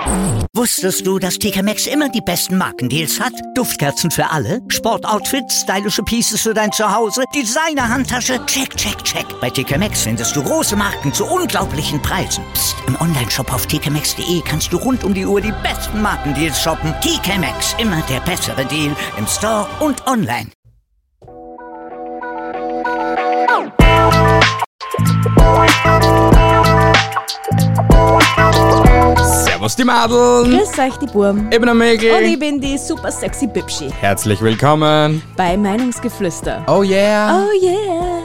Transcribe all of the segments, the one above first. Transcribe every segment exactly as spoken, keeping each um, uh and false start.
Wusstest du, dass T K Maxx immer die besten Markendeals hat? Duftkerzen für alle, Sportoutfits, stylische Pieces für dein Zuhause, Designer-Handtasche, check, check, check. Bei T K Maxx findest du große Marken zu unglaublichen Preisen. Psst. Im Onlineshop auf t k maxx punkt d e kannst du rund um die Uhr die besten Markendeals shoppen. T K Maxx, immer der bessere Deal im Store und online. Servus die Madeln! Grüß euch die Burm. Ich bin der Mägel. Und ich bin die super sexy Bibschi. Herzlich willkommen Bei Meinungsgeflüster. Oh yeah! Oh yeah!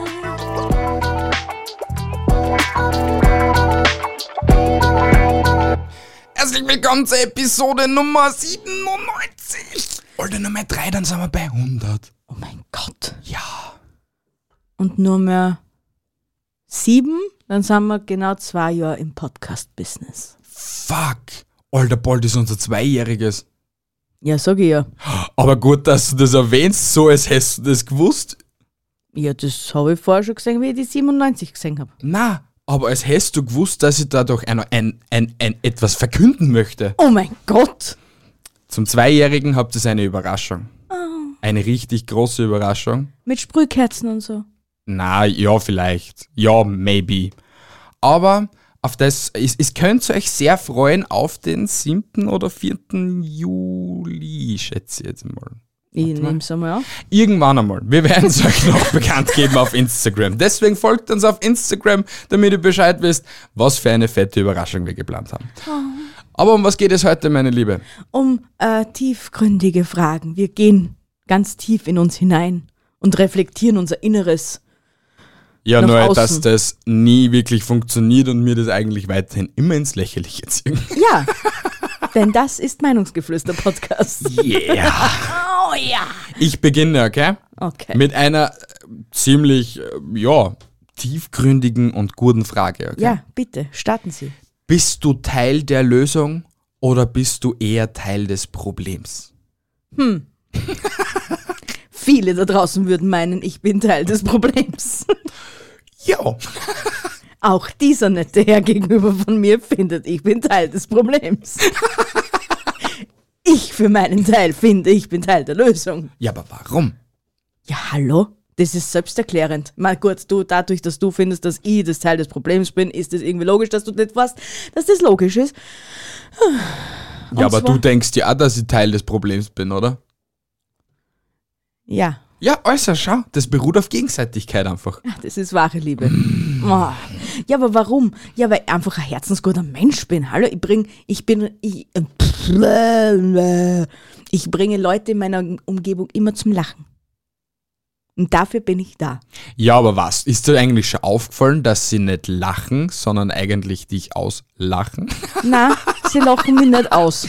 Herzlich willkommen zur Episode Nummer siebenundneunzig. Alter, Nummer drei, dann sind wir bei hundert. Oh mein Gott. Ja. Und nur mehr sieben, dann sind wir genau zwei Jahre im Podcast-Business. Fuck. Alter, bald ist unser Zweijähriges. Ja, sag ich ja. Aber gut, dass du das erwähnst, so als hättest du das gewusst. Ja, das habe ich vorher schon gesehen, wie ich die siebenundneunzig gesehen habe. Na, aber als hättest du gewusst, dass ich da doch ein, ein, ein, ein etwas verkünden möchte. Oh mein Gott. Zum Zweijährigen habt ihr eine Überraschung. Oh. Eine richtig große Überraschung. Mit Sprühkerzen und so. Na, ja, vielleicht. Ja, maybe. Aber auf das, es, es könnt ihr euch sehr freuen auf den siebten oder vierten Juli, schätze ich jetzt mal. Ich nehme es einmal auf. Irgendwann einmal. Wir werden es euch noch bekannt geben auf Instagram. Deswegen folgt uns auf Instagram, damit ihr Bescheid wisst, was für eine fette Überraschung wir geplant haben. Oh. Aber um was geht es heute, meine Liebe? Um äh, tiefgründige Fragen. Wir gehen ganz tief in uns hinein und reflektieren unser Inneres. Ja, nach nur, außen. dass das nie wirklich funktioniert und mir das eigentlich weiterhin immer ins Lächerliche ziehen. Ja, denn das ist Meinungsgeflüster-Podcast. Yeah. Oh ja. Ich beginne, okay? Okay. Mit einer äh, ziemlich, äh, ja, tiefgründigen und guten Frage, okay? Ja, bitte, starten Sie. Bist du Teil der Lösung oder bist du eher Teil des Problems? Hm. Viele da draußen würden meinen, ich bin Teil des Problems. Ja. Auch dieser nette Herr gegenüber von mir findet, ich bin Teil des Problems. Ich für meinen Teil finde, ich bin Teil der Lösung. Ja, aber warum? Ja, hallo? Das ist selbsterklärend. Mal gut, du, dadurch, dass du findest, dass ich das Teil des Problems bin, ist es irgendwie logisch, dass du nicht weißt, dass das logisch ist. Und ja, aber zwar, du denkst ja auch, dass ich Teil des Problems bin, oder? Ja, Ja, also schau, das beruht auf Gegenseitigkeit einfach. das ist wahre Liebe. Oh. Ja, aber warum? Ja, weil ich einfach ein herzensguter Mensch bin. Hallo, ich bring, ich bin, ich, ich bringe Leute in meiner Umgebung immer zum Lachen. Und dafür bin ich da. Ja, aber was? Ist dir eigentlich schon aufgefallen, dass sie nicht lachen, sondern eigentlich dich auslachen? Na, sie lachen mich nicht aus.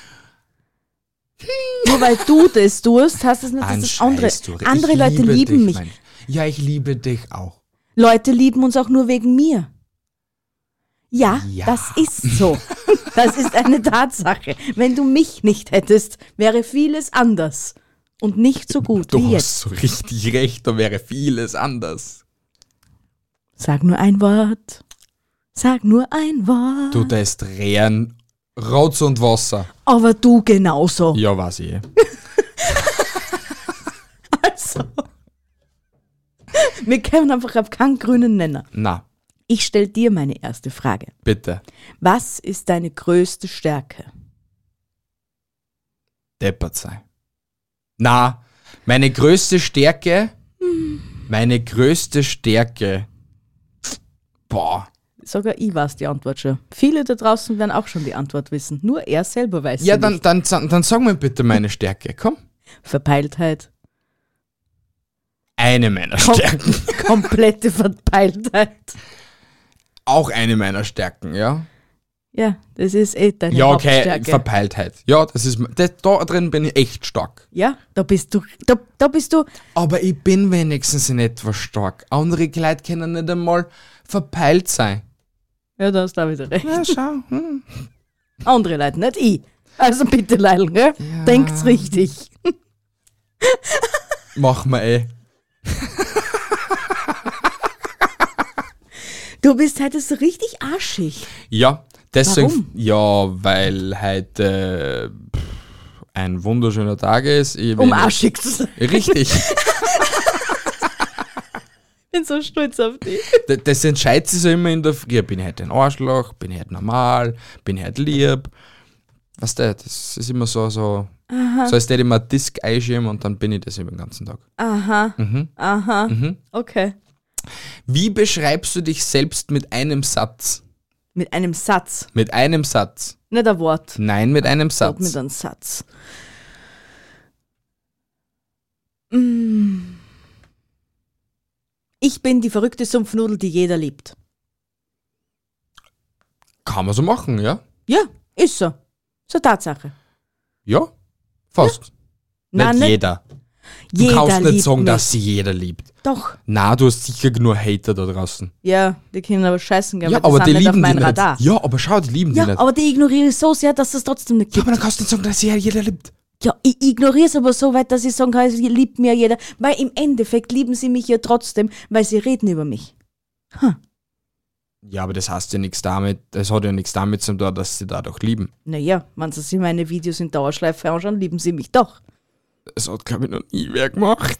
Nur weil du das tust, heißt das nicht, dass das andere, andere Ich Leute liebe lieben dich, mich. Mein, ja, ich liebe dich auch. Leute lieben uns auch nur wegen mir. Ja, Ja. das ist so. Das ist eine Tatsache. Wenn du mich nicht hättest, wäre vieles anders. Und nicht so gut Du wie hast jetzt. so richtig recht, da wäre vieles anders. Sag nur ein Wort. Sag nur ein Wort. Du tust Rehren, Rotz und Wasser. Aber du genauso. Ja, weiß ich. Also. Wir können einfach auf keinen grünen Nenner. Na, Ich stelle dir meine erste Frage. bitte. Was ist deine größte Stärke? Deppert sei. Na, meine größte Stärke, meine größte Stärke, boah. Sogar ich weiß die Antwort schon. Viele da draußen werden auch schon die Antwort wissen. Nur er selber weiß Ja, sie dann, nicht. dann, dann, dann sag mir bitte meine Stärke, komm. Verpeiltheit. Eine meiner Kom Stärken. Komplette Verpeiltheit. Auch eine meiner Stärken, ja. Ja, das ist eh deine Ja, okay, Hauptstärke. Verpeiltheit. Ja, das ist, das, da drin bin ich echt stark. Ja, da bist du, da, da bist du, Aber ich bin wenigstens in etwas stark. Andere Leute können nicht einmal verpeilt sein. ja, da hast du auch wieder recht. Ja, schau. Hm. Andere Leute, nicht ich. Also bitte, Leil, gell? Ja. Denkt's richtig. Mach mal eh. Du bist heute so richtig arschig. Ja, Deswegen, Warum? ja, weil heute äh, ein wunderschöner Tag ist. Ich Um will- arschig zu sein. Richtig. Ich bin so stolz auf dich. D- Das entscheidet sich so immer in der Früh. Bin ich heute ein Arschloch? Bin ich heute normal? Bin ich heute lieb? Weißt du, das ist immer so, so, so als hätte ich mir einen Disk einschieben und dann bin ich das über den ganzen Tag. Aha, Mhm. aha, Mhm. okay. Wie beschreibst du dich selbst mit einem Satz? Mit einem Satz, Mit einem Satz. nicht ein Wort. Nein, mit einem Gott, mit Satz. einem Satz. Mm. Ich bin die verrückte Sumpfnudel, die jeder liebt. Kann man so machen, ja? Ja, ist so. So Tatsache. Ja, fast. Nein, nicht nicht jeder. Du jeder kannst nicht liebt sagen, mich. dass sie jeder liebt. Doch. Na, du hast sicher nur Hater da draußen. Ja, die können aber scheißen gehen, Ja, weil die aber sind die nicht auf lieben die meinem nicht. Radar. Ja, aber schau, die lieben Ja, die nicht. aber die ignoriere ich so sehr, dass es trotzdem nicht Ja, gibt. aber dann kannst du nicht sagen, dass sie jeder liebt. Ja, ich ignoriere es aber so weit, dass ich sagen kann, es liebt mir jeder. Weil im Endeffekt lieben sie mich ja trotzdem, weil sie reden über mich. Ja, aber das heißt ja nichts damit, das hat ja nichts damit zu tun, dass sie dadurch lieben. Naja, wenn sie sich meine Videos in Dauerschleife anschauen, lieben sie mich doch. Das hat, glaube ich, noch nie wer gemacht.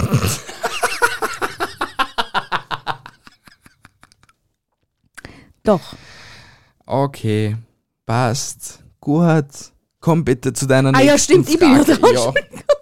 Doch. Okay, passt. Gut. Komm bitte zu deiner Ah ja, nächsten stimmt, ich bin ja Frage. dran. Ja.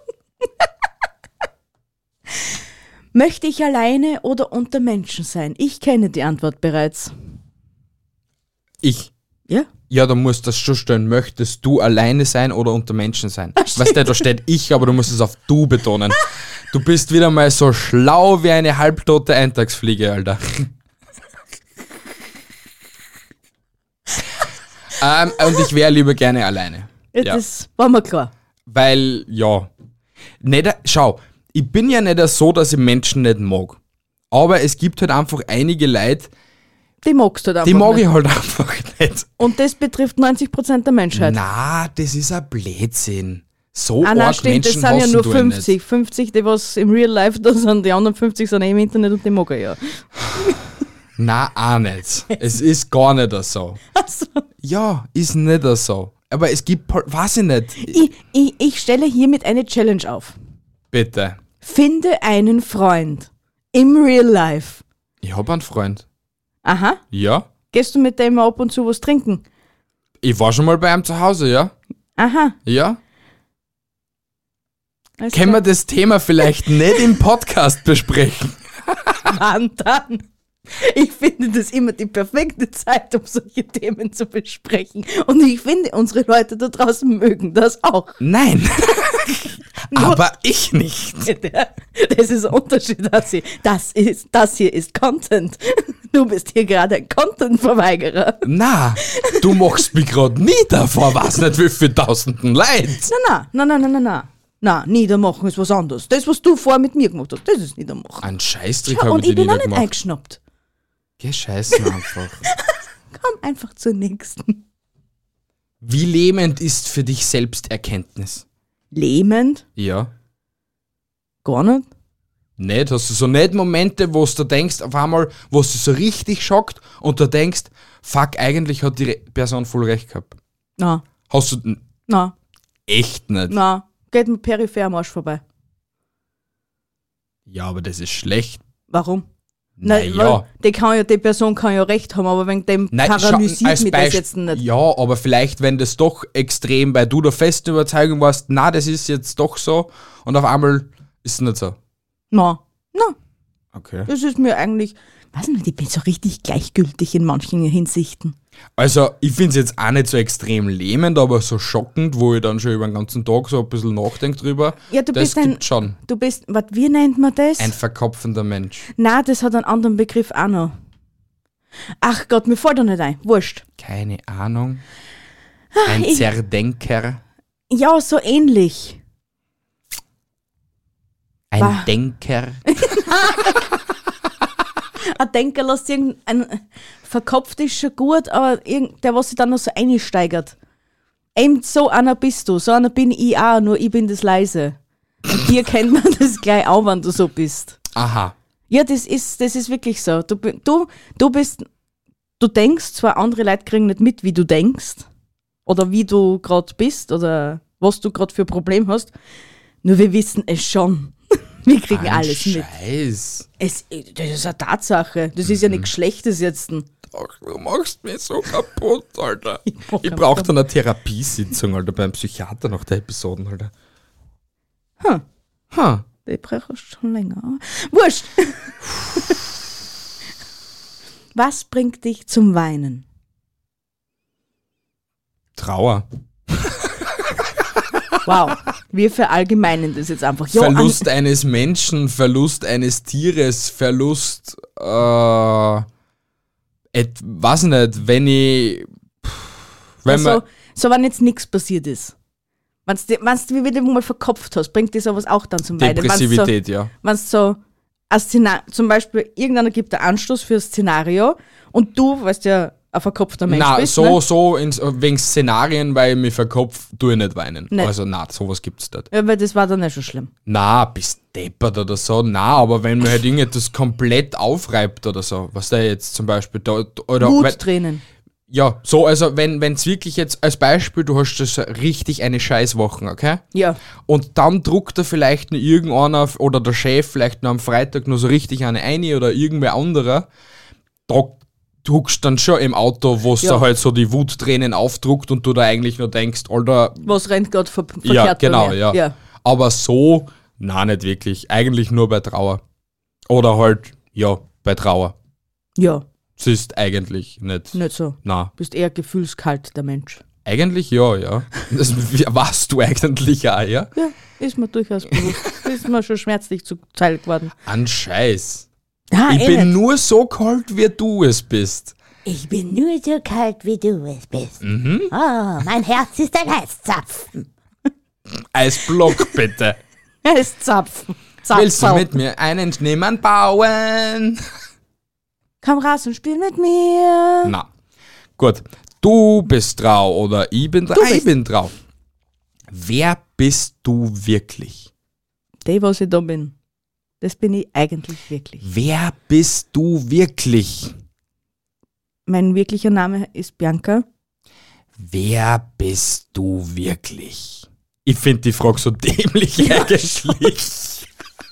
Möchte ich alleine oder unter Menschen sein? Ich kenne die Antwort bereits. Ich. Ja? Ja, dann musst du das schon stellen. Möchtest du alleine sein oder unter Menschen sein? Weißt du, da steht ich, aber du musst es auf du betonen. Du bist wieder mal so schlau wie eine halbtote Eintagsfliege, Alter. ähm, und ich wäre lieber gerne alleine. Ja, Ja. das war mir klar. Weil, ja. Nicht, schau, ich bin ja nicht so, dass ich Menschen nicht mag. Aber es gibt halt einfach einige Leute, Die magst du halt einfach die mag nicht. ich halt einfach nicht. Und das betrifft neunzig Prozent der Menschheit. Na, das ist ein Blödsinn. So ah nein, arg stimmt, das Menschen sind ja hassen nur du ja fünfzig. fünfzig, die was im Real Life da sind, die anderen fünfzig sind eh im Internet und die mag ich ja. nicht. Na, auch nicht. Es ist gar nicht so. Also, Ja, ist nicht so. Aber es gibt, halt- weiß ich nicht. ich, ich, ich stelle hiermit eine Challenge auf. Bitte. Finde einen Freund im Real Life. Ich habe einen Freund. Aha. Ja. Gehst du mit dem ab und zu was trinken? Ich war schon mal bei ihm zu Hause, ja? Aha. Ja. Alles Können wir klar. das Thema vielleicht nicht im Podcast besprechen? Wann dann? Ich finde das immer die perfekte Zeit, um solche Themen zu besprechen. Und ich finde, unsere Leute da draußen mögen das auch. Nein. Nur- Aber ich nicht. Das ist ein Unterschied, das hier. Das, ist, das hier ist Content. Du bist hier gerade ein Content-Verweigerer. Na, du machst mich gerade nieder vor was nicht wie viele tausenden Leute. Na, na, na, na, na, na. Na, niedermachen ist was anderes. Das, was du vorher mit mir gemacht hast, das ist niedermachen. Ein Scheißdreck Ja, habe und ich ich dir bin auch nicht nicht gemacht. eingeschnappt. Geh scheißen einfach. Komm einfach zur nächsten. Wie lähmend ist für dich Selbsterkenntnis? Lähmend? Ja. Gar nicht. Nicht? Hast du so nicht Momente, wo du denkst, auf einmal, wo es dich so richtig schockt und du denkst, fuck, eigentlich hat die Re- Person voll recht gehabt. Na, Hast du n- na, echt nicht? na. Geht mir peripher am Arsch vorbei. Ja, aber das ist schlecht. Warum? Nein, Naja. weil die, kann ja, die Person kann ja recht haben, aber wegen dem Nein, schau, paralysiert als mich das Beisp- jetzt nicht. Ja, aber vielleicht, wenn das doch extrem, weil du der festen Überzeugung warst, na, das ist jetzt doch so und auf einmal ist es nicht so. Na, na, Okay. das ist mir eigentlich, weiß nicht, ich bin so richtig gleichgültig in manchen Hinsichten. Also, ich finde es jetzt auch nicht so extrem lähmend, aber so schockend, wo ich dann schon über den ganzen Tag so ein bisschen nachdenke drüber. Ja, du das bist ein, gibt schon. du bist, was, wie nennt man das? Ein verkopfender Mensch. Na, das hat einen anderen Begriff auch noch. Ach Gott, mir fällt doch nicht ein. Wurscht. Keine Ahnung. Ein ich- Zerdenker. Ja, so ähnlich. Ein Bah. Denker. Ein Denker lässt irgendein, verkopft ist schon gut, aber irgend, der, was sich dann noch so einsteigert. Eben so einer bist du, so einer bin ich auch, nur ich bin das leise. Und dir kennt man das gleich auch, wenn du so bist. Aha. Ja, das ist, das ist wirklich so. Du, bi- du, du bist du denkst, zwar andere Leute kriegen nicht mit, wie du denkst oder wie du gerade bist oder was du gerade für ein Problem hast, nur wir wissen es schon. Wir kriegen Ein alles mit. Scheiß. Es, das ist eine Tatsache. Das ist ja nichts Schlechtes jetzt. Ach, du machst mich so kaputt, Alter. Ich mach Ich keinen brauche Kampf. dann eine Therapiesitzung, Alter, beim Psychiater nach der Episode, Alter. Hm. Ha. Die brauchst schon länger. Wurscht. Was bringt dich zum Weinen? Trauer. Wow, wir verallgemeinern das jetzt einfach. Ja, Verlust eines Menschen, Verlust eines Tieres, Verlust, äh, et, weiß nicht, wenn ich, wenn also, man, so, wenn jetzt nichts passiert ist. Wenn du wieder mal verkopft hast, bringt dir sowas auch dann zum Weinen. Depressivität, ja. Wenn es so, ein Szenar- zum Beispiel, irgendeiner gibt einen Anstoß für ein Szenario und du, weißt ja, ein verkopfter Mensch Na, bist, so, ne? so ins, wegen Szenarien, weil ich mich verkopf, tue ich nicht weinen. Nicht. Also, na, sowas gibt's nicht. Ja, weil das war dann nicht schon schlimm. Na, bist deppert oder so, na, aber wenn mir halt irgendetwas komplett aufreibt oder so, was da jetzt zum Beispiel, da, oder, weil, Wuttränen. ja, so, also, wenn es wirklich jetzt, als Beispiel, du hast das richtig eine Scheißwoche, okay? Ja. Und dann druckt da vielleicht noch irgendeiner oder der Chef vielleicht noch am Freitag noch so richtig eine ein oder irgendwer anderer, da druckst dann schon im Auto, wo es Ja. da halt so die Wuttränen aufdruckt und du da eigentlich nur denkst, Alter, Was rennt gerade ver verkehrt ja, bei genau, mir? ja. ja. Aber so, na nicht wirklich. Eigentlich nur bei Trauer. Oder halt, ja, bei Trauer. Ja, Es ist eigentlich nicht. nicht so. Na, Du bist eher gefühlskalt, der Mensch. eigentlich ja, ja. Das warst du eigentlich auch, ja? Ja, ist mir durchaus bewusst. Ist mir schon schmerzlich zu Teil geworden. An Scheiß. Ah, Ich eh bin nicht. nur so kalt, wie du es bist. Ich bin nur so kalt, wie du es bist. Mhm. Oh, mein Herz ist ein Eiszapfen. Eisblock, bitte. Er ist Zapfen. Zapfen. Willst du mit mir einen Schneemann bauen? Komm raus und spiel mit mir. Na, gut. Du bist trau oder ich bin trau. Du Ich bist- bin trau. Wer bist du wirklich? Die, was ich da bin, das bin ich eigentlich wirklich. Wer bist du wirklich? Mein wirklicher Name ist Bianca. Wer bist du wirklich? Ich finde die Frage so dämlich eigentlich.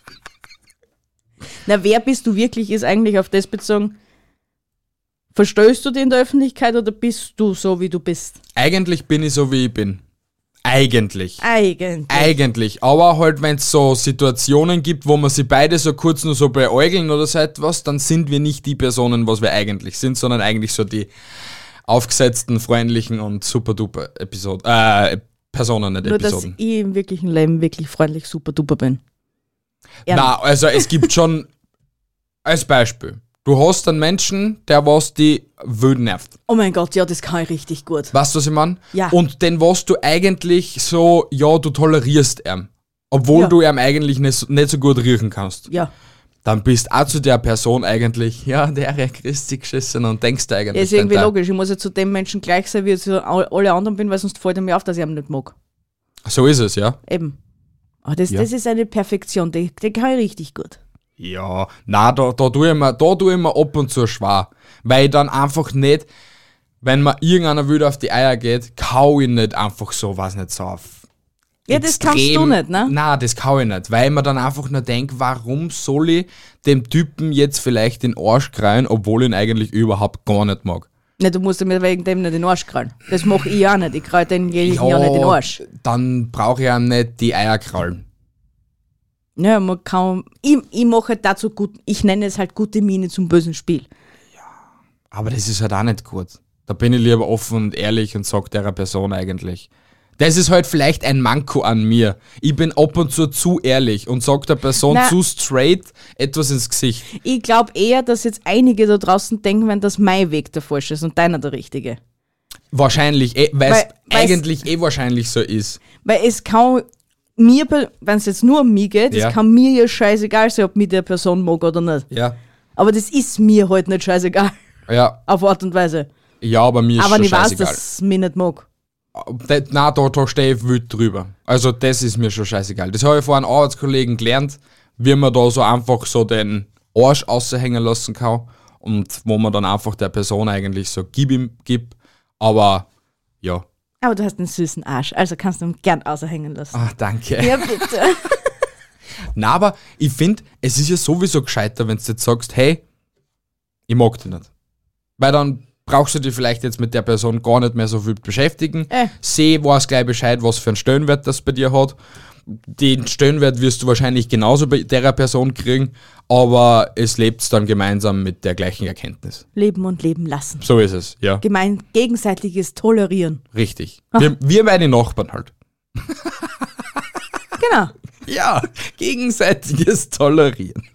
Na, wer bist du wirklich, ist eigentlich auf das bezogen. Verstößt du dich in der Öffentlichkeit oder bist du so, wie du bist? Eigentlich bin ich so, wie ich bin. Eigentlich. Eigentlich. Eigentlich. Aber halt, wenn es so Situationen gibt, wo man sie beide so kurz nur so beäugeln oder so etwas, dann sind wir nicht die Personen, was wir eigentlich sind, sondern eigentlich so die aufgesetzten, freundlichen und super duper Episoden. Äh, Personen, nicht Nur, dass Episoden. ich im wirklichen Leben wirklich freundlich super duper bin. Ja. Na, also es gibt schon, als Beispiel, du hast einen Menschen, der was die wild nervt. Oh mein Gott, ja, das kann ich richtig gut. Weißt du, was ich meine? Ja. Und den, was du eigentlich so, ja, du tolerierst ihn. Obwohl Ja. du ihm eigentlich nicht, so- nicht so gut riechen kannst. Ja, Dann bist auch zu der Person eigentlich, ja, der ist sich geschissen und denkst du eigentlich. ist irgendwie dann da- logisch. Ich muss ja zu dem Menschen gleich sein, wie ich zu all- alle anderen bin, weil sonst fällt er mir auf, dass ich ihn nicht mag. So ist es, ja. Eben. Aber das, Ja. das ist eine Perfektion, die, die kann ich richtig gut. Ja, na, da, da tue ich mir, da tue ich mir ab und zu schwer. Weil ich dann einfach nicht, wenn mir irgendeiner wieder auf die Eier geht, kau ich nicht einfach so, weiß nicht, so auf. Ja, das kannst du nicht, ne? Nein, das kann ich nicht, weil ich mir dann einfach nur denke, warum soll ich dem Typen jetzt vielleicht den Arsch kreien, obwohl ich ihn eigentlich überhaupt gar nicht mag. Ne, du musst mir wegen dem nicht den Arsch krallen. Das mache ich auch nicht. Ich krall denjenigen ja, nicht den Arsch. Dann brauche ich ihm nicht die Eier krallen. Ja, man kann. Ich, ich mache halt dazu gut. Ich nenne es halt gute Miene zum bösen Spiel. Aber das ist halt auch nicht gut. Da bin ich lieber offen und ehrlich und sag der Person eigentlich. Das ist halt vielleicht ein Manko an mir. Ich bin ab und zu zu ehrlich und sag der Person Na. zu straight etwas ins Gesicht. Ich glaube eher, dass jetzt einige da draußen denken, wenn das mein Weg der falsche ist und deiner der richtige. Wahrscheinlich, eh, weil es Weil- weil's- eigentlich eh wahrscheinlich so ist. Weil es kann mir, wenn es jetzt nur um mich geht, Ja. es kann mir ja scheißegal sein, ob mich der Person mag oder nicht. Ja. Aber das ist mir halt nicht scheißegal. Ja, Auf Art und Weise. ja, aber mir ist Aber schon ich weiß, scheißegal. dass es mich nicht mag. Das, nein, da, da stehe ich wild drüber. Also das ist mir schon scheißegal. Das habe ich von einem Arbeitskollegen gelernt, wie man da so einfach so den Arsch aushängen lassen kann und wo man dann einfach der Person eigentlich so gib ihm, gib, aber ja. Aber du hast einen süßen Arsch, also kannst du ihn gern außerhängen lassen. Ah, danke. Ja, bitte. Na, aber ich finde, es ist ja sowieso gescheiter, wenn du jetzt sagst, hey, ich mag dich nicht. Weil dann brauchst du dich vielleicht jetzt mit der Person gar nicht mehr so viel beschäftigen. Äh. Seh, weiß gleich Bescheid, was für einen Stellenwert das bei dir hat. Den Stellenwert wirst du wahrscheinlich genauso bei der Person kriegen, aber es lebt dann gemeinsam mit der gleichen Erkenntnis. Leben und leben lassen. So ist es, ja. Gemein gegenseitiges Tolerieren. Richtig. Wir, wir meine Nachbarn halt. Genau. Ja, gegenseitiges Tolerieren.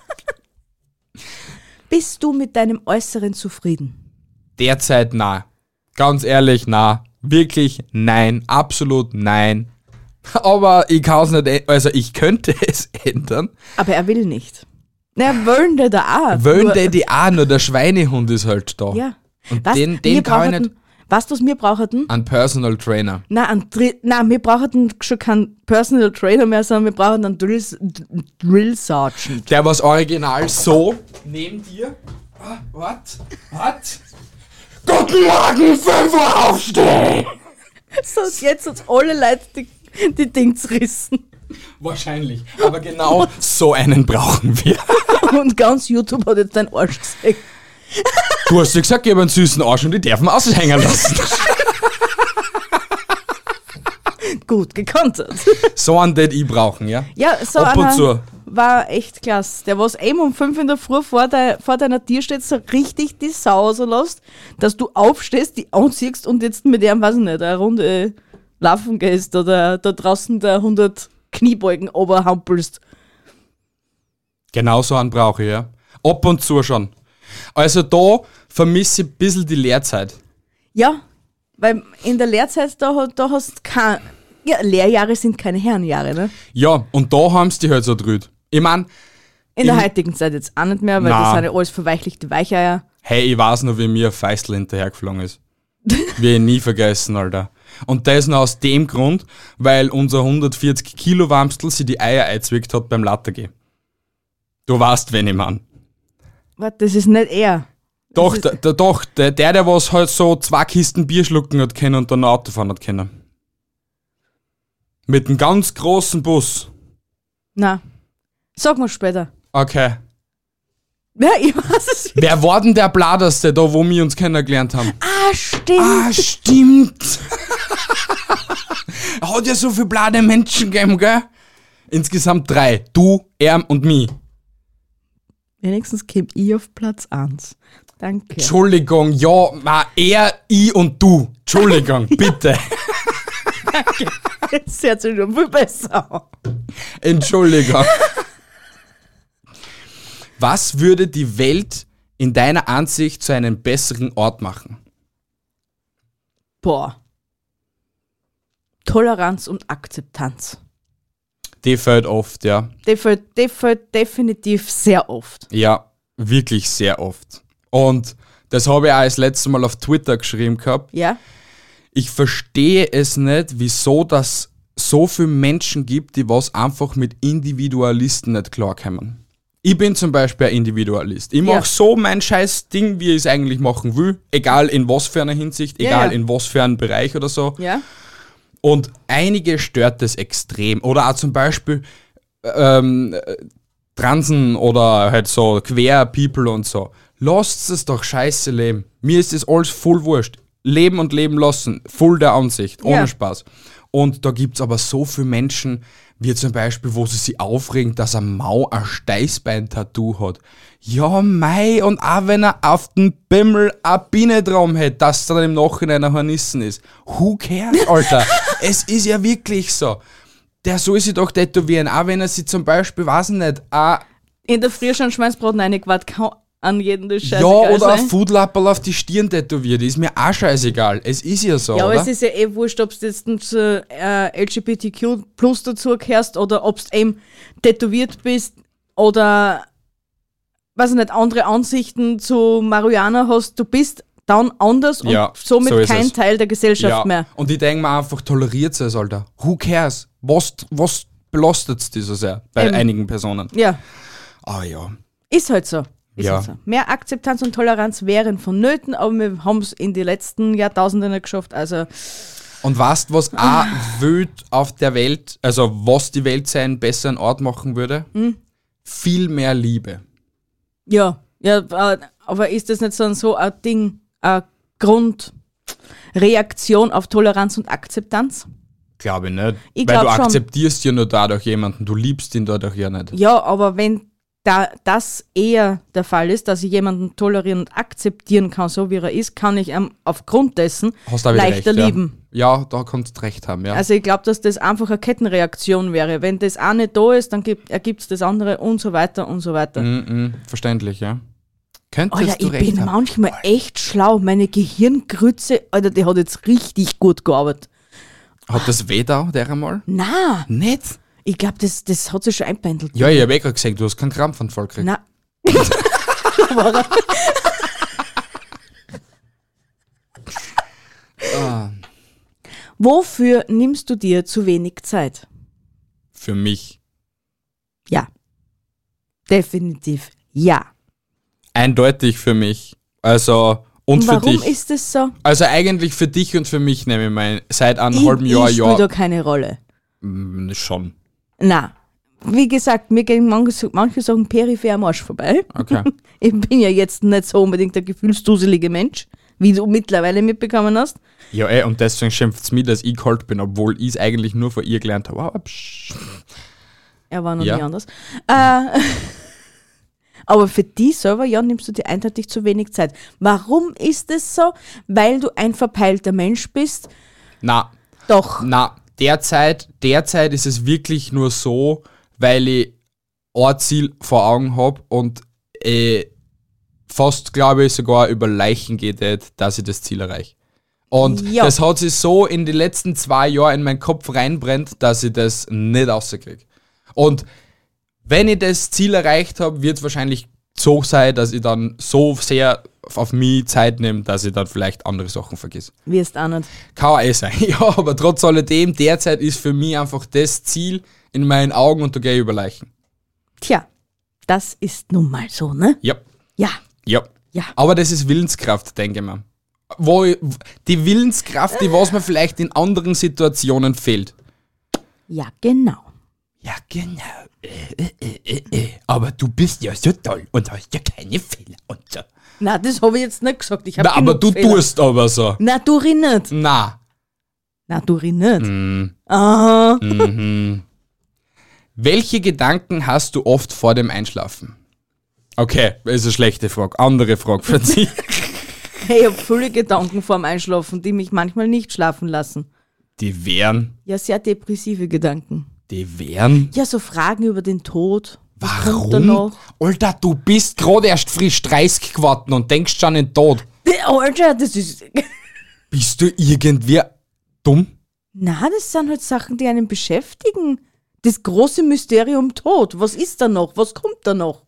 Bist du mit deinem Äußeren zufrieden? Derzeit nein. Ganz ehrlich, nein. Wirklich nein. Absolut nein. Aber ich kann es nicht, ä- also ich könnte es ändern. Aber er will nicht. Na, wollen der da auch. Wollen Nur- die die auch, nur der Schweinehund ist halt da. Ja. Und Weißt, den, wir den kann ich brauchen- nicht. Weißt du, was wir brauchen? Ein Personal Trainer. Nein, ein Dri- Nein, wir brauchen schon keinen Personal Trainer mehr, sondern wir brauchen einen Drill, Drill Sergeant. Der was original so neben dir. Ah, What? What? Guten Morgen, fünf Uhr aufstehen! So, jetzt hat alle Leute die, die Ding zerrissen. Wahrscheinlich. Aber genau so einen brauchen wir. Und ganz YouTube hat jetzt deinen Arsch gesehen. Du hast ja gesagt, ich habe einen süßen Arsch und ich darf ihn aushängen lassen. Gut gekontert. So einen, den ich brauchen, ja? Ja, so Ab und einer zu. war echt klasse. Der was eben um fünf in der Früh vor, de, vor deiner Tür steht, so richtig die Sau lässt, dass du aufstehst, die anziehst und jetzt mit ihm, weiß ich nicht, eine Runde laufen gehst oder da draußen der hundert Kniebeugen oberhampelst. Genau so einen brauche ich, ja. Ab und zu schon. Also da vermisse ich ein bisschen die Lehrzeit. Ja, weil in der Lehrzeit, da, da hast du kein... Ja, Lehrjahre sind keine Herrenjahre, ne? Ja, und da haben sie die halt so drüht. Ich mein, In der Ich- heutigen Zeit jetzt auch nicht mehr, weil Na. das sind ja alles verweichlichte Weicheier. hey, ich weiß noch, wie mir ein Feistel hinterhergeflogen ist. Wir nie vergessen, Alter. Und das nur aus dem Grund, weil unser hundertvierzig Kilo Wamstel sich die Eier eingezwickt hat beim Lattergehen. Du weißt, wen ich mein. Warte, das ist nicht er. Doch, ist- der, der, doch, der, der, der was halt so zwei Kisten Bier schlucken hat können und dann ein Auto fahren hat können. Mit einem ganz großen Bus. Na, sag mal später. Okay. Ja, ich weiß es. Wer war denn der Bladerste, da wo wir uns kennengelernt haben? Ah, stimmt. Ah, stimmt. Hat ja so viele blade Menschen gegeben, gell? Insgesamt drei. Du, er und mich. Wenigstens käme ich auf Platz eins. Danke. Entschuldigung, ja, ma, er, ich und du. Entschuldigung, bitte. Jetzt hört sich schon viel besser an. Entschuldigung. Was würde die Welt in deiner Ansicht zu einem besseren Ort machen? Boah. Toleranz und Akzeptanz. Die fällt oft, ja. Die fällt, die fällt definitiv sehr oft. Ja, wirklich sehr oft. Und das habe ich auch das letzte Mal auf Twitter geschrieben gehabt. Ja? Ich verstehe es nicht, wieso das so viele Menschen gibt, die was einfach mit Individualisten nicht klarkommen. Ich bin zum Beispiel ein Individualist. Ich mache Ja. so mein scheiß Ding, wie ich es eigentlich machen will. Egal in was für einer Hinsicht, Ja, egal ja. in was für einem Bereich oder so. Ja? Und einige stört das extrem. Oder auch zum Beispiel ähm, äh, Transen oder halt so Queer-People und so. Lasst es doch scheiße leben. Mir ist das alles voll wurscht. Leben und leben lassen. Voll der Ansicht. Ohne Ja. Spaß. Und da gibt es aber so viele Menschen, wie zum Beispiel, wo sie sich aufregen, dass ein Mau ein Steißbein-Tattoo hat. Ja, mei, und auch wenn er auf den Bimmel eine Biene drum hätte, dass dann im Nachhinein ein Hornissen ist. Who cares, Alter? Es ist ja wirklich so. Der soll sich doch tätowieren, auch wenn er sich zum Beispiel, weiß ich nicht, ein, In der Früh schon Schweinsbraten reingewart, kann an jeden das ja, scheißegal oder ein sein. Foodlapperl auf die Stirn tätowiert. Ist mir auch scheißegal. Es ist ja so, Ja, aber oder? es ist ja eh wurscht, ob du jetzt zu äh, L G B T Q plus dazu gehörst oder ob du eben tätowiert bist oder, weiß ich nicht, andere Ansichten zu Marihuana hast. Du bist dann anders Ja, und somit so ist kein es. Teil der Gesellschaft Ja, mehr. und ich denke mir einfach, toleriert es, Alter. Who cares? Was, was belastet es dich so sehr bei Eben. einigen Personen? Ja, Ah ja. ist halt so. Ist Ja. halt so. Mehr Akzeptanz und Toleranz wären vonnöten, aber wir haben es in die letzten Jahrtausenden nicht geschafft. Also, Und weißt, was auch wild auf der Welt, also was die Welt seinen besseren Ort machen würde? Hm? Viel mehr Liebe. ja, ja, äh, aber ist das nicht so ein, so ein Ding, eine Grundreaktion auf Toleranz und Akzeptanz? Glaube ich nicht. Ich Weil glaub du schon. akzeptierst ja nur dadurch jemanden, du liebst ihn dadurch ja nicht. Ja, aber wenn da das eher der Fall ist, dass ich jemanden tolerieren und akzeptieren kann, so wie er ist, kann ich ihm aufgrund dessen Hast du auch wieder leichter recht, lieben. Ja. ja, da kannst du recht haben, ja. Also ich glaube, dass das einfach eine Kettenreaktion wäre. Wenn das eine da ist, dann gibt, ergibt es das andere und so weiter und so weiter. mm, mm, verständlich, ja. Könntest Alter, du ich recht bin haben. manchmal echt schlau. Meine Gehirngrütze, Alter, die hat jetzt richtig gut gearbeitet. Hat das weh da, der einmal? Na, Nicht? ich glaube, das, das hat sich schon einpendelt. Ja, ich habe eh gerade gesagt, du hast keinen Krampfanfall gekriegt. Na. Ah, Wofür nimmst du dir zu wenig Zeit? für mich. Ja. Definitiv. Ja. Eindeutig für mich. Also, und für Warum dich. ist das so? Also eigentlich für dich und für mich nehme ich mal seit einem Ich, halben Jahr, ich spiele Jahr. da keine Rolle. Mm, schon. Na, wie gesagt, mir gehen manche, manche Sachen peripher am Arsch vorbei. Okay. Ich bin ja jetzt nicht so unbedingt der gefühlsduselige Mensch, wie du mittlerweile mitbekommen hast. Ja, ey, und deswegen schimpft es mich, dass ich kalt bin, obwohl ich es eigentlich nur von ihr gelernt habe. Aber psch. Er war noch Ja. nie anders. Äh, aber für die selber, ja, nimmst du dir eindeutig zu wenig Zeit. Warum ist es so? Weil du ein verpeilter Mensch bist? Na, Doch. na, derzeit, derzeit ist es wirklich nur so, weil ich ein Ziel vor Augen habe und äh, fast, glaube ich, sogar über Leichen geht, es, dass ich das Ziel erreiche. Und Ja. das hat sich so in die letzten zwei Jahren in meinen Kopf reinbrennt, dass ich das nicht rauskriege. Und wenn ich das Ziel erreicht habe, wird es wahrscheinlich so sein, dass ich dann so sehr auf mich Zeit nehme, dass ich dann vielleicht andere Sachen vergesse. Wirst auch nicht. Kann auch eh sein, ja, aber trotz alledem, derzeit ist für mich einfach das Ziel in meinen Augen und da gehe ich über Leichen. Tja, das ist nun mal so, ne? Ja, Ja. ja. Ja. Aber das ist Willenskraft, denke ich mal. Wo ich, die Willenskraft, die was mir vielleicht in anderen Situationen fehlt. Ja, genau. Ja, genau. Äh, äh, äh, äh. Aber du bist ja so toll und hast ja keine Fehler und so. Na, das habe ich jetzt nicht gesagt. Ich hab Na, aber genug du Fehler. tust aber so. Na, du rin nicht. Na. Na, du rin nicht. Mm, Aha. mhm. Welche Gedanken hast du oft vor dem Einschlafen? Okay, das ist eine schlechte Frage. Andere Frage für dich. Hey, ich habe viele Gedanken vorm Einschlafen, die mich manchmal nicht schlafen lassen. Die wären, Ja, sehr depressive Gedanken. die wären. Ja, so Fragen über den Tod. Was kommt da Warum? noch? Alter, du bist gerade erst frisch dreißig geworden und denkst schon an den Tod. Alter, das ist... Bist du irgendwie dumm? Na, das sind halt Sachen, die einen beschäftigen. Das große Mysterium Tod. Was ist da noch? Was kommt da noch?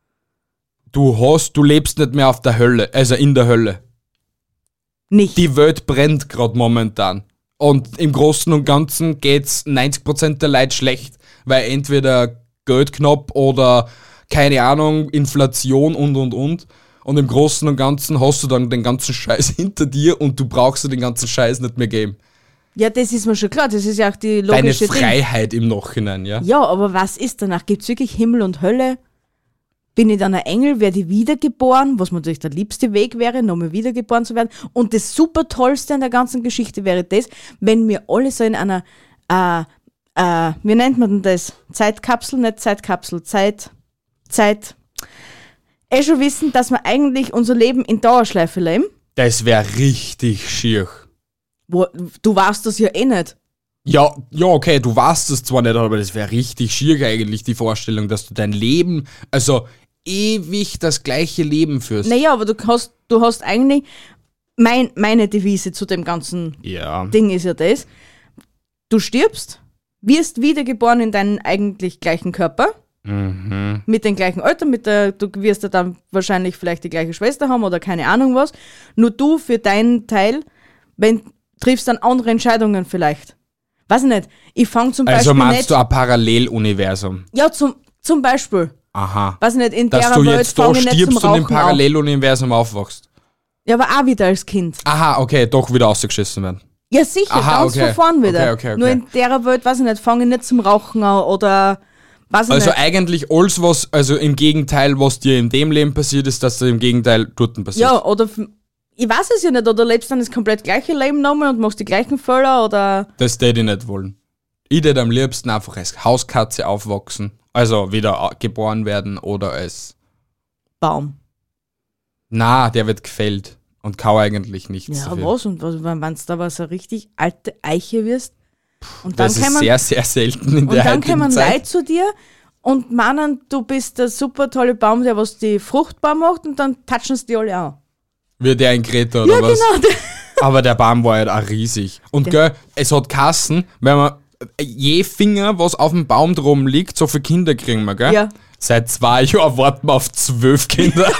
Du hast, du lebst nicht mehr auf der Hölle, also in der Hölle. Nicht. Die Welt brennt gerade momentan. Und im Großen und Ganzen geht's neunzig Prozent der Leute schlecht, weil entweder Geld knapp oder keine Ahnung, Inflation und und und. Und im Großen und Ganzen hast du dann den ganzen Scheiß hinter dir und du brauchst dir den ganzen Scheiß nicht mehr geben. Ja, das ist mir schon klar. Das ist ja auch die Deine logische Ding. Freiheit im Nachhinein, ja? Ja, aber was ist danach? Gibt es wirklich Himmel und Hölle? Bin ich dann ein Engel? Werde ich wiedergeboren? Was natürlich der liebste Weg wäre, nochmal wiedergeboren zu werden. Und das super Tollste an der ganzen Geschichte wäre das, wenn wir alle so in einer, äh, äh, wie nennt man denn das? Zeitkapsel, nicht Zeitkapsel, Zeit, Zeit. Eh schon wissen, dass wir eigentlich unser Leben in Dauerschleife leben. Das wäre richtig schier. Wo, du weißt das ja eh nicht. Ja, ja, okay, du weißt es zwar nicht, aber das wäre richtig schier eigentlich, die Vorstellung, dass du dein Leben, also ewig das gleiche Leben führst. Naja, aber du hast, du hast eigentlich, mein, meine Devise zu dem ganzen Ja. Ding ist ja das, du stirbst, wirst wiedergeboren in deinen eigentlich gleichen Körper, Mhm. mit den gleichen Eltern, mit der, du wirst ja dann wahrscheinlich vielleicht die gleiche Schwester haben oder keine Ahnung was, nur du für deinen Teil, wenn triffst dann andere Entscheidungen vielleicht. Weiß ich nicht, ich fange zum Also Beispiel meinst nicht... du ein Paralleluniversum? Ja, zum, zum Beispiel. Aha. Weiß nicht, in Dass der du Welt jetzt da fange ich nicht zum stirbst und im Rauchen auf. Paralleluniversum aufwachst. Ja, aber auch wieder als Kind. Aha, okay, doch wieder ausgeschissen werden. Ja, sicher, Aha, ganz okay. von vorn wieder. Okay, okay, okay. Nur in der Welt, weiß ich nicht, fange ich nicht zum Rauchen an oder weiß ich Also nicht. eigentlich alles, was, also im Gegenteil, was dir in dem Leben passiert ist, dass dir im Gegenteil dort passiert. Ja, oder f- ich weiß es ja nicht, oder lebst dann das komplett gleiche Leben nochmal und machst die gleichen Fälle oder. Das täte ich nicht wollen. Ich würde am liebsten einfach als Hauskatze aufwachsen, also wieder geboren werden oder als... Baum. Na, der wird gefällt und kann eigentlich nichts Ja, dafür. was? Und was, wenn du da was eine richtig alte Eiche wirst? Und dann Das ist kommen, sehr, sehr selten in und der dann heutigen kommen Zeit. Leute zu dir und meinen, du bist der super tolle Baum, der was die fruchtbar macht und dann touchen sie die alle an. Wie der in Kreta oder Ja, was? genau. Aber der Baum war halt auch riesig. Und gell, es hat Kassen, wenn man je Finger, was auf dem Baum drum liegt, so viele Kinder kriegen wir, gell? Ja. Seit zwei Jahren warten wir auf zwölf Kinder.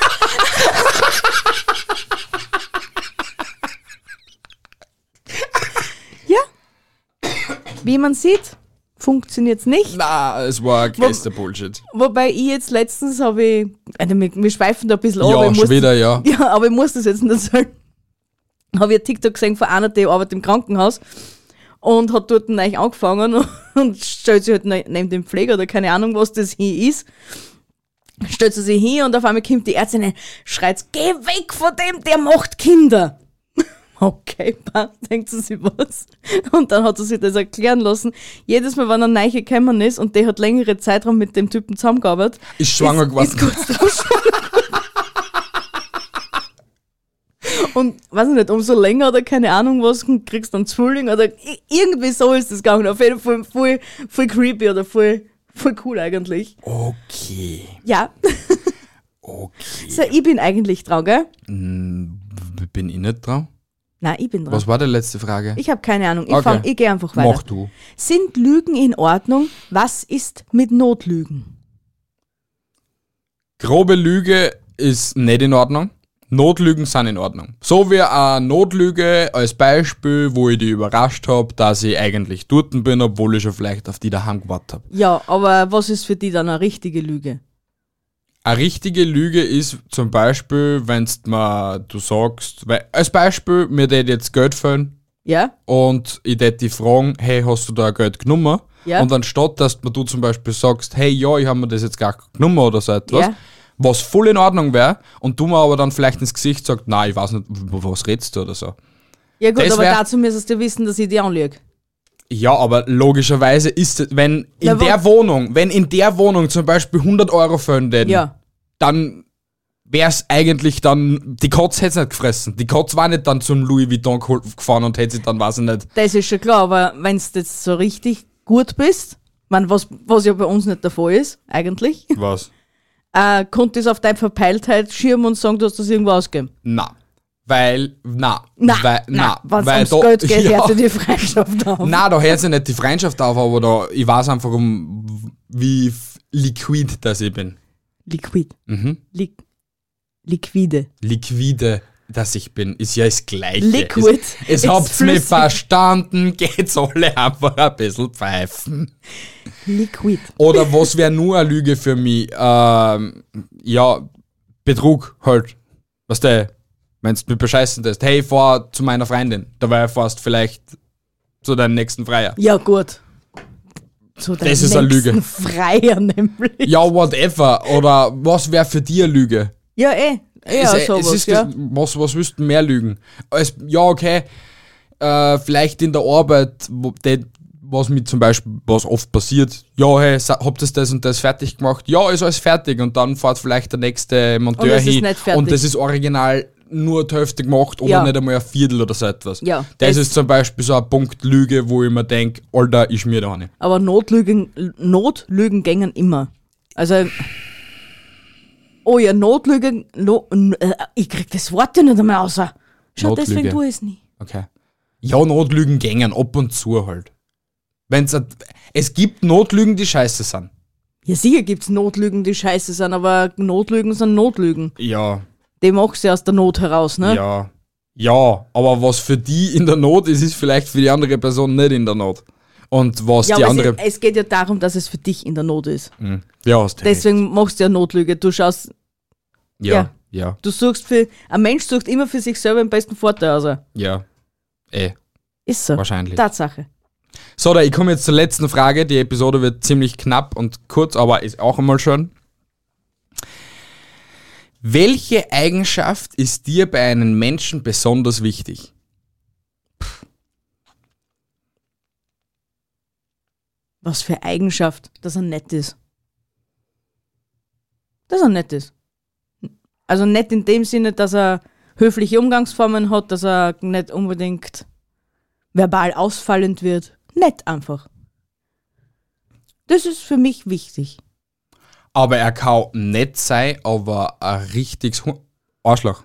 Ja. Wie man sieht, funktioniert es nicht. Na, es war größter Bullshit. Wobei ich jetzt letztens habe ich, also wir, wir schweifen da ein bisschen ab, Ja, aber ich schon muss, wieder, ja. ja, aber ich muss das jetzt nicht sagen. Habe ich ein TikTok gesehen von einer, die arbeitet im Krankenhaus und hat dort neu angefangen und stellt sich halt ne- neben dem Pfleger oder keine Ahnung, was das hier ist. Stellt sie sich hin und auf einmal kommt die Ärztin rein, schreit, geh weg von dem, der macht Kinder. Okay, passt, denkt sie sich was. Und dann hat sie sich das erklären lassen. Jedes Mal, wenn eine Neiche gekommen ist und der hat längere Zeitraum mit dem Typen zusammengearbeitet, Ist schwanger geworden. Ist kurz drauf schwanger geworden. Und weiß ich nicht, umso länger oder keine Ahnung was, kriegst du dann Zwilling oder i- irgendwie so ist das gegangen. Auf jeden Fall voll, voll creepy oder voll, voll cool eigentlich. Okay. Ja. Okay. So, ich bin eigentlich dran, gell? Bin ich nicht dran? Nein, ich bin dran. Was war die letzte Frage? Ich habe keine Ahnung. Ich, Okay. fang, ich gehe einfach weiter. Mach du. Sind Lügen in Ordnung? Was ist mit Notlügen? Grobe Lüge ist nicht in Ordnung. Notlügen sind in Ordnung. So wie eine Notlüge als Beispiel, wo ich die überrascht habe, dass ich eigentlich dort bin, obwohl ich schon vielleicht auf die daheim gewartet habe. Ja, aber was ist für die dann eine richtige Lüge? Eine richtige Lüge ist zum Beispiel, wenn du sagst, weil, als Beispiel, mir tät jetzt Geld fehlen Ja? und ich tät dich fragen, hey, hast du da Geld genommen? Ja. Und anstatt, dass du zum Beispiel sagst, hey, ja, ich habe mir das jetzt gar genommen oder so etwas, Ja. was voll in Ordnung wäre, und du mir aber dann vielleicht ins Gesicht sagst, nein, ich weiß nicht, w- was redest du oder so. Ja gut, Das aber wär- dazu müsstest du wissen, dass ich die anlüge. Ja, aber logischerweise ist es, wenn in Na, wa- der Wohnung, wenn in der Wohnung zum Beispiel hundert Euro fehlen täten, Ja. dann wäre es eigentlich dann, die Katze hätte es nicht gefressen. Die Katze war nicht dann zum Louis Vuitton gehol- gefahren und hätte sich dann, weiß ich nicht, Das ist schon klar, aber wenn du jetzt so richtig gut bist, mein, was, was ja bei uns nicht der Fall ist, eigentlich, was? äh, konntest du auf deine Verpeiltheit schirmen und sagen, du hast das irgendwo ausgegeben. Na. Weil, na. Na, weil, na, wenn weil es ums Geld geht, ja. hört sich die Freundschaft auf. Na, da hört sich nicht die Freundschaft auf, aber da, ich weiß einfach, um wie f- liquid das ich bin. Liquid. Mhm. Li liquide. Liquide, dass ich bin, ist ja das Gleiche. Liquid Es, es ist habt's mir flüssig. verstanden, geht's alle einfach ein bisschen pfeifen. Liquid. Oder was wäre nur eine Lüge für mich? Ähm, ja, Betrug halt. Weißt du, wenn du mich bescheißen lässt, hey, fahr zu meiner Freundin, dabei fährst vielleicht zu deinem nächsten Freier. Ja gut. So dein Das ist eine nächsten Lüge. Freier nämlich. Ja, whatever. Oder was wäre für dich eine Lüge? Ja, eh. Ja, es, sowas, es ist ja. das, was, was willst du mehr lügen? Es, ja, okay, äh, vielleicht in der Arbeit, wo, die, was mit zum Beispiel, was oft passiert, ja, hey, sa- habt ihr das und das fertig gemacht? Ja, ist alles fertig, und dann fährt vielleicht der nächste Monteur Und es ist hin nicht fertig. und das ist original nur die Hälfte gemacht oder Ja. nicht einmal ein Viertel oder so etwas. Ja, das, das- ist zum Beispiel so ein Punkt Lüge, wo ich mir denke, Alter, ich mir da nicht. Aber Notlügen, Notlügen gängen immer. Also, oh ja, Notlügen, no, n- äh, ich krieg das Wort ja nicht einmal raus. Schau, Notlüge. deswegen tue ich es nie. Okay. Ja, Notlügen gängen, ab und zu halt. Wenn's a, es gibt Notlügen, die scheiße sind. Ja, sicher gibt's Notlügen, die scheiße sind, aber Notlügen sind Notlügen. Ja, Die machst du aus der Not heraus, ne? ja. Ja, aber was für die in der Not ist, ist vielleicht für die andere Person nicht in der Not. Und was Ja, die aber andere... es, es geht ja darum, dass es für dich in der Not ist. Mhm. Ja, hast du recht. Deswegen machst du ja Notlüge. Du schaust, Ja, ja. ja, du suchst für, ein Mensch sucht immer für sich selber den besten Vorteil. Also, ja. Eh, ist so. wahrscheinlich. Tatsache. So, da, ich komme jetzt zur letzten Frage. Die Episode wird ziemlich knapp und kurz, aber ist auch einmal schön. Welche Eigenschaft ist dir bei einem Menschen besonders wichtig? Was für Eigenschaft, dass er nett ist. Dass er nett ist. Also nett in dem Sinne, dass er höfliche Umgangsformen hat, dass er nicht unbedingt verbal ausfallend wird. Nett einfach. Das ist für mich wichtig. Aber er kann nett sein, aber ein richtiges Hu- Arschloch.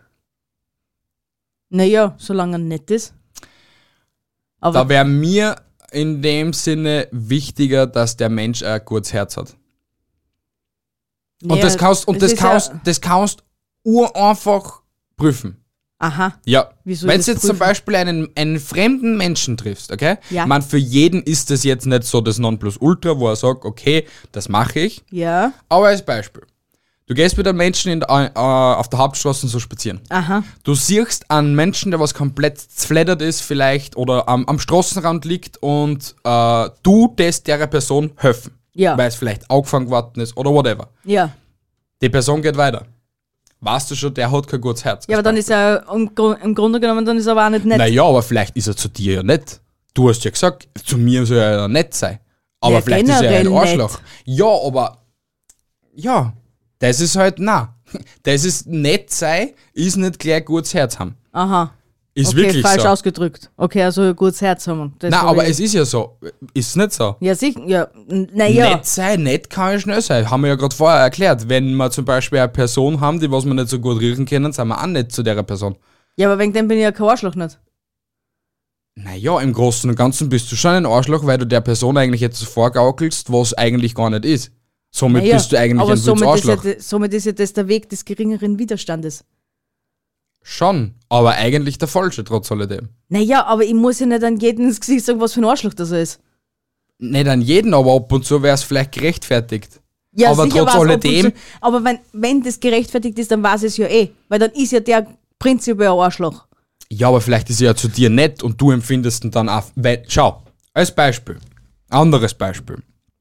Naja, solange er nett ist. Aber Da wäre mir in dem Sinne wichtiger, dass der Mensch ein gutes Herz hat. Und naja, das kannst, und es das ist kannst, ja, das kannst ureinfach prüfen. aha, Ja, Wie soll wenn ich du das jetzt zum prüfen? Beispiel einen, einen fremden Menschen triffst, okay? Ja. Ich meine, für jeden ist das jetzt nicht so das Nonplusultra, wo er sagt, okay, das mache ich. ja, Aber als Beispiel. Du gehst mit einem Menschen in der, äh, auf der Hauptstraße so spazieren. aha, Du siehst einen Menschen, der was komplett zfleddert ist vielleicht oder am, am Straßenrand liegt und äh, du lässt der Person helfen. Ja. Weil es vielleicht aufgefangen worden ist oder whatever. ja. Die Person geht weiter. Weißt du schon, der hat kein gutes Herz. Ja, aber dann ist er im, Gru- im Grunde genommen, dann ist er aber auch nicht nett. Naja, aber vielleicht ist er zu dir ja nett. Du hast ja gesagt, zu mir soll er ja nett sein. Aber Ja, vielleicht ist er ja ein generell Arschloch. Ja, aber ja, das ist halt, na, das ist nett sein, ist nicht gleich gutes Herz haben. Aha. Ist Okay, wirklich falsch so. ausgedrückt. Okay, also ein gutes Herz haben wir. Das Nein, hab aber ich- es ist ja so. Ist nicht so. Ja, sicher, ja, naja. Nett sein, nett kann ja schnell sein. Haben wir ja gerade vorher erklärt. Wenn wir zum Beispiel eine Person haben, die was wir nicht so gut riechen können, sind wir auch nett zu der Person. Ja, aber wegen dem bin ich ja kein Arschloch nicht. Naja, im Großen und Ganzen bist du schon ein Arschloch, weil du der Person eigentlich jetzt vorgaukelst, was eigentlich gar nicht ist. Somit Naja, bist du eigentlich aber ein somit wildes ist, ja, Arschloch. de- somit ist ja das der Weg des geringeren Widerstandes. Schon, aber eigentlich der falsche, trotz alledem. Naja, aber ich muss ja nicht an jeden ins Gesicht sagen, was für ein Arschloch das ist. Nicht an jeden, aber ab und zu wäre es vielleicht gerechtfertigt. Ja, Aber sicher trotz war's ab und alledem- zu- Aber wenn, wenn das gerechtfertigt ist, dann weiß es ja eh. Weil dann ist ja der prinzipiell ein Arschloch. Ja, aber vielleicht ist er ja zu dir nett und du empfindest ihn dann auch. Weil, schau, als Beispiel, anderes Beispiel.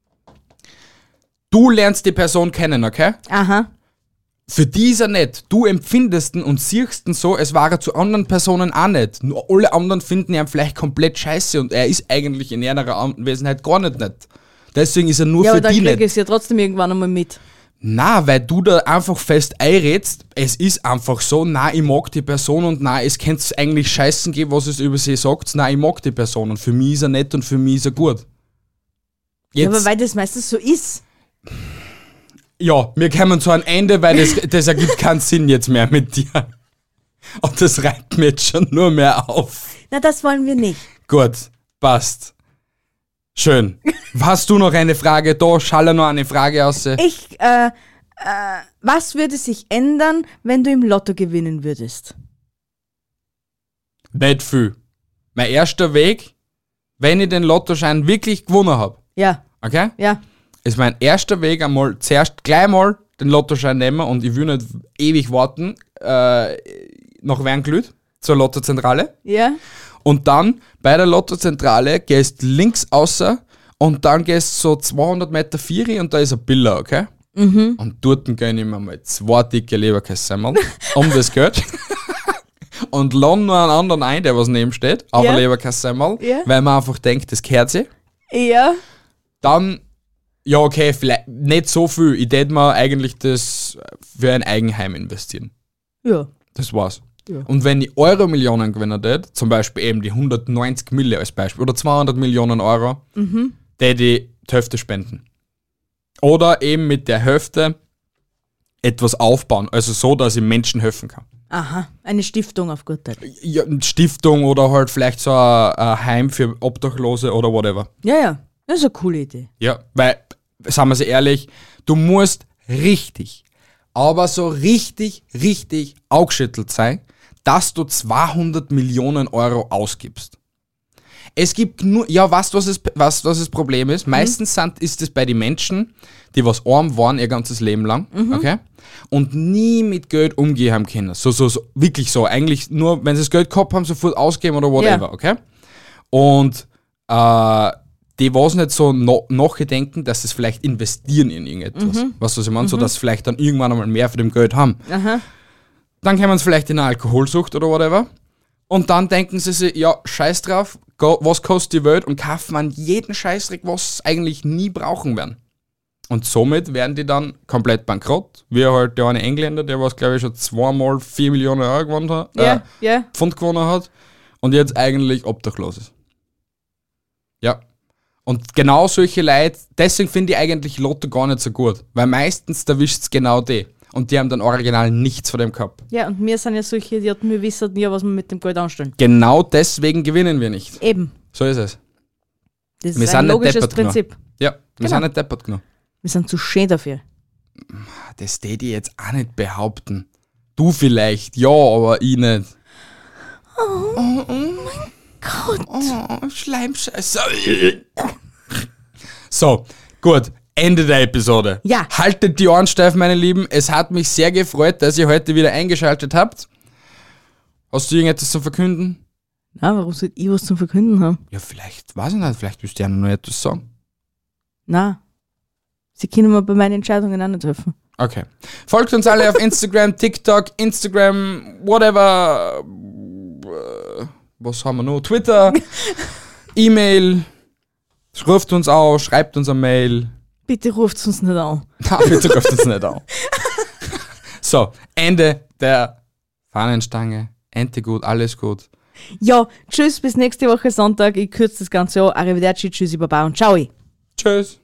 Du lernst die Person kennen, okay? Aha. Für die ist er nett. Du empfindest ihn und siehst ihn so, es war er zu anderen Personen auch nicht. Nur alle anderen finden ihn vielleicht komplett scheiße und er ist eigentlich in ihrer Anwesenheit gar nicht nett. Deswegen ist er nur Ja, für aber dann die krieg ich nett. es ja trotzdem irgendwann einmal mit. Na, weil du da einfach fest einredst, es ist einfach so, na, ich mag die Person und na, es könnte eigentlich scheißen gehen, was es über sie sagt. Na, ich mag die Person und für mich ist er nett und für mich ist er gut. Ja, aber Jetzt, weil das meistens so ist. ja, wir kommen zu einem Ende, weil das, das ergibt keinen Sinn jetzt mehr mit dir. Und das reibt mir jetzt schon nur mehr auf. Na, das wollen wir nicht. Gut, passt. Schön. Hast du noch eine Frage? Da, schalle noch eine Frage aus. Ich, äh, äh, was würde sich ändern, wenn du im Lotto gewinnen würdest? Nicht viel. Mein erster Weg, wenn ich den Lottoschein wirklich gewonnen habe, Ja, okay? ja. Ist mein erster Weg einmal zuerst gleich mal den Lottoschein nehmen und ich will nicht ewig warten, äh, nach Wernglüt zur Lottozentrale. Ja? Und dann bei der Lottozentrale gehst links außer und dann gehst so zweihundert Meter Vieri und da ist ein Biller, okay? Mhm. Und dort gehen ich mir mal zwei dicke Leberkässemmel um das Geld. Und laden nur einen anderen ein, der was neben steht, auf Ja. ein Leberkässemmel, Ja. weil man einfach denkt, das gehört sich. Ja. Dann, ja okay, vielleicht nicht so viel. Ich tät mir eigentlich das für ein Eigenheim investieren. Ja. Das war's. Ja. Und wenn ich Euro-Millionen gewinnen tät, zum Beispiel eben die hundertneunzig Millionen als Beispiel oder zweihundert Millionen Euro, Mhm. tät ich die Hälfte spenden. Oder eben mit der Hälfte etwas aufbauen, also so, dass ich Menschen helfen kann. Aha, eine Stiftung auf gut Deutsch. Ja, eine Stiftung oder halt vielleicht so ein, ein Heim für Obdachlose oder whatever. Ja, ja. Das ist eine coole Idee. Ja, weil, sagen wir sie ehrlich, du musst richtig, aber so richtig, richtig aufgeschüttelt sein, dass du zweihundert Millionen Euro ausgibst. Es gibt nur, ja, weißt du, was das, was, was das Problem ist? Meistens sind, ist es bei den Menschen, die was arm waren ihr ganzes Leben lang, okay? Und nie mit Geld umgehen haben können. So, so, so, wirklich so. Eigentlich nur, wenn sie das Geld gehabt haben, sofort ausgeben oder whatever, Ja. okay? Und äh, die was nicht so no, nachgedenken, dass sie es vielleicht investieren in irgendetwas. Weißt du, was ich meine? So, dass sie vielleicht dann irgendwann einmal mehr von dem Geld haben. Aha. Dann kommen sie vielleicht in eine Alkoholsucht oder whatever. Und dann denken sie sich, ja, scheiß drauf, go, was kostet die Welt und kaufen an jeden Scheißdreck, was sie eigentlich nie brauchen werden. Und somit werden die dann komplett bankrott. Wie halt der eine Engländer, der was, glaube ich, schon zweimal vier Millionen Euro gewonnen hat, Ja, äh, ja. Pfund gewonnen hat und jetzt eigentlich obdachlos ist. Ja. Und genau solche Leute, deswegen finde ich eigentlich Lotto gar nicht so gut, weil meistens erwischt es genau die. Und die haben dann original nichts von dem gehabt. Ja, und wir sind ja solche Idioten, wir wissen ja, was wir mit dem Geld anstellen. Genau deswegen gewinnen wir nicht. Eben. So ist es. Das Wir ist sind ein nicht logisches deppert genug. Prinzip. Ja, wir Genau. sind nicht deppert genug. Wir sind zu schön dafür. Das tät ich jetzt auch nicht behaupten. Du vielleicht, ja, aber ich nicht. Gott. Oh, Schleimscheiße. So, gut. Ende der Episode. Ja. Haltet die Ohren steif, meine Lieben. Es hat mich sehr gefreut, dass ihr heute wieder eingeschaltet habt. Hast du irgendetwas zu verkünden? Na, warum sollte ich was zum Verkünden haben? Ja, vielleicht, weiß ich nicht, vielleicht willst du ja noch etwas sagen. Na, sie können mir bei meinen Entscheidungen auch nicht helfen. Okay. Folgt uns alle auf Instagram, TikTok, Instagram, whatever. Äh, Was haben wir noch? Twitter, E-Mail. Ruft uns auf, schreibt uns eine Mail. Bitte ruft uns nicht an. Na, bitte ruft uns nicht auf. So, Ende der Fahnenstange. Ente gut, alles gut. Ja, tschüss, bis nächste Woche Sonntag. Ich kürze das Ganze an. Arrivederci, tschüssi, baba und ciao. Tschüss.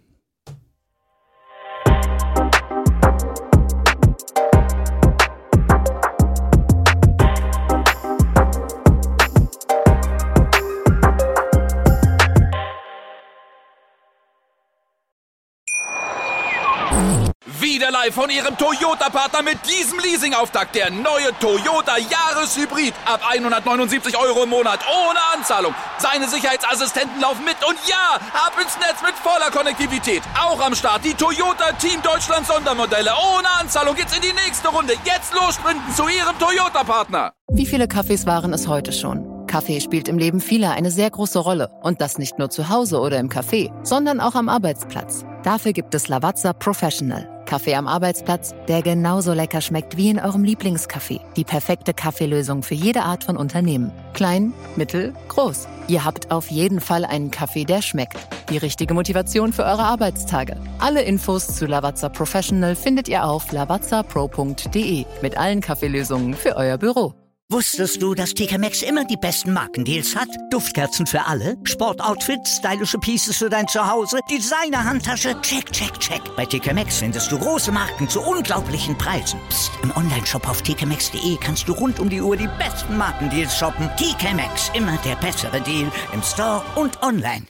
Wieder live von Ihrem Toyota-Partner mit diesem Leasing-Auftakt. Der neue Toyota Jahreshybrid. Ab hundertneunundsiebzig Euro im Monat. Ohne Anzahlung. Seine Sicherheitsassistenten laufen mit. Und ja, ab ins Netz mit voller Konnektivität. Auch am Start die Toyota Team Deutschland Sondermodelle. Ohne Anzahlung geht's in die nächste Runde. Jetzt los sprinten zu Ihrem Toyota-Partner. Wie viele Kaffees waren es heute schon? Kaffee spielt im Leben vieler eine sehr große Rolle. Und das nicht nur zu Hause oder im Café, sondern auch am Arbeitsplatz. Dafür gibt es Lavazza Professional. Kaffee am Arbeitsplatz, der genauso lecker schmeckt wie in eurem Lieblingscafé. Die perfekte Kaffeelösung für jede Art von Unternehmen. Klein, mittel, groß. Ihr habt auf jeden Fall einen Kaffee, der schmeckt. Die richtige Motivation für eure Arbeitstage. Alle Infos zu Lavazza Professional findet ihr auf lavazza pro punkt de mit allen Kaffeelösungen für euer Büro. Wusstest du, dass T K Maxx immer die besten Markendeals hat? Duftkerzen für alle, Sportoutfits, stylische Pieces für dein Zuhause, Designer-Handtasche, check, check, check. Bei T K Maxx findest du große Marken zu unglaublichen Preisen. Psst. Im Onlineshop auf t k maxx punkt de kannst du rund um die Uhr die besten Markendeals shoppen. T K Maxx, immer der bessere Deal im Store und online.